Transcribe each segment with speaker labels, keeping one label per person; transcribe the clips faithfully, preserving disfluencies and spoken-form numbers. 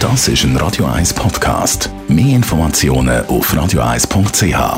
Speaker 1: Das ist ein Radio eins Podcast. Mehr Informationen auf radio eins punkt c h.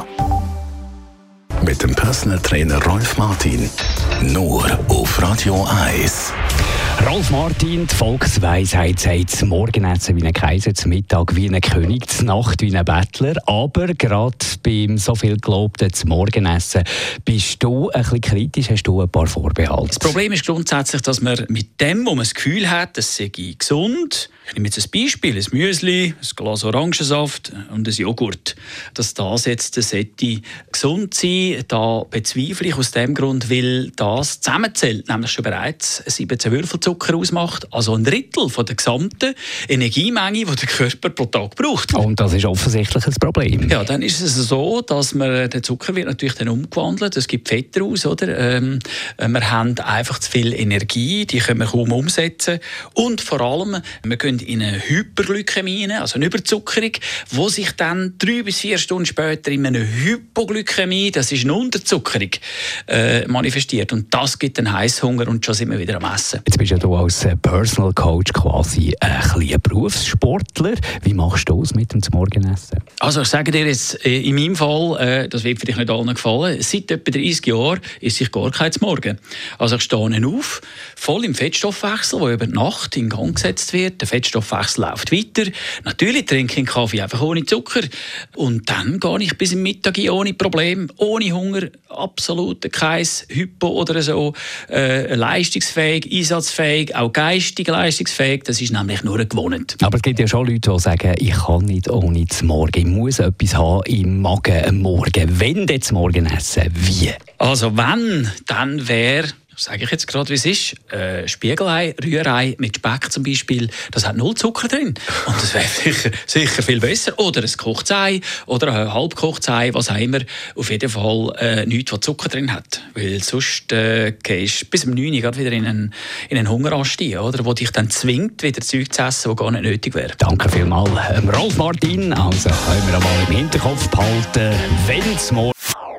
Speaker 1: Mit dem Personal Trainer Rolf Martin. Nur auf Radio eins.
Speaker 2: Rolf Martin, die Volksweisheit sagt, das Morgenessen wie ein Kaiser, zum Mittag wie ein König, zur Nacht wie ein Bettler. Aber gerade beim so viel gelobten Morgenessen bist du ein bisschen kritisch, hast du ein paar Vorbehalte.
Speaker 3: Das Problem ist grundsätzlich, dass man mit dem, wo man das Gefühl hat, das sei gesund, ich nehme jetzt ein Beispiel, ein Müsli, ein Glas Orangensaft und ein Joghurt, dass das jetzt sollte gesund sein, da bezweifle ich aus dem Grund, weil das zusammenzählt, nämlich schon bereits siebzehn Würfelzucker ausmacht, also ein Drittel von der gesamten Energiemenge, die der Körper pro Tag braucht.
Speaker 2: Und das ist offensichtlich ein Problem.
Speaker 3: Ja, dann ist es so, dass man, der Zucker wird natürlich dann umgewandelt, es gibt Fett raus, oder? Ähm, wir haben einfach zu viel Energie, die können wir kaum umsetzen und vor allem, wir gehen in eine Hyperglykämie, also eine Überzuckerung, wo sich dann drei bis vier Stunden später in eine Hypoglykämie, das ist eine Unterzuckerung, äh, manifestiert. Und das gibt einen Heisshunger und schon sind wir wieder am Essen.
Speaker 2: Jetzt bist ja du als Personal Coach quasi ein kleiner Berufssportler. Wie machst du es mit dem Morgenessen?
Speaker 3: Also ich sage dir jetzt, in meinem Fall, äh, das wird vielleicht nicht allen gefallen, seit etwa dreißig Jahren esse ich gar kein Morgen. Also ich stehe auf, voll im Fettstoffwechsel, der über die Nacht in Gang gesetzt wird. Der Fettstoffwechsel läuft weiter. Natürlich trinke ich einen Kaffee einfach ohne Zucker. Und dann gehe ich bis zum Mittag ohne Problem, ohne Hunger, absolut kein Hypo oder so, äh, leistungsfähig, einsatzfähig, auch geistig leistungsfähig. Das ist nämlich nur eine Gewohnheit.
Speaker 2: Aber es gibt ja schon Leute, die sagen, ich kann nicht ohne zum Morgen. Ich muss etwas haben im Magen am Morgen. Wenn dann zum Morgen essen, wie?
Speaker 3: Also wenn, dann wäre... sage ich jetzt gerade, wie es ist, äh, Spiegelei, Rührei mit Speck zum Beispiel, das hat null Zucker drin. Und das wäre sicher, sicher viel besser. Oder ein gekochtes Ei oder ein halbgekochtes Ei, was auch immer. Auf jeden Fall äh, nichts, was Zucker drin hat. Weil sonst äh, gehst du bis um neun Uhr wieder in einen, in einen Hungerast ein, oder? Wo dich dann zwingt, wieder Zeug zu essen, das gar nicht nötig wäre.
Speaker 2: Danke vielmals, ähm, Rolf Martin. Also können wir einmal im Hinterkopf behalten, wenn es morgen...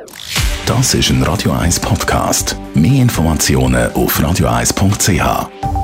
Speaker 1: Das ist ein Radio eins Podcast. Mehr Informationen auf radio eins punkt c h.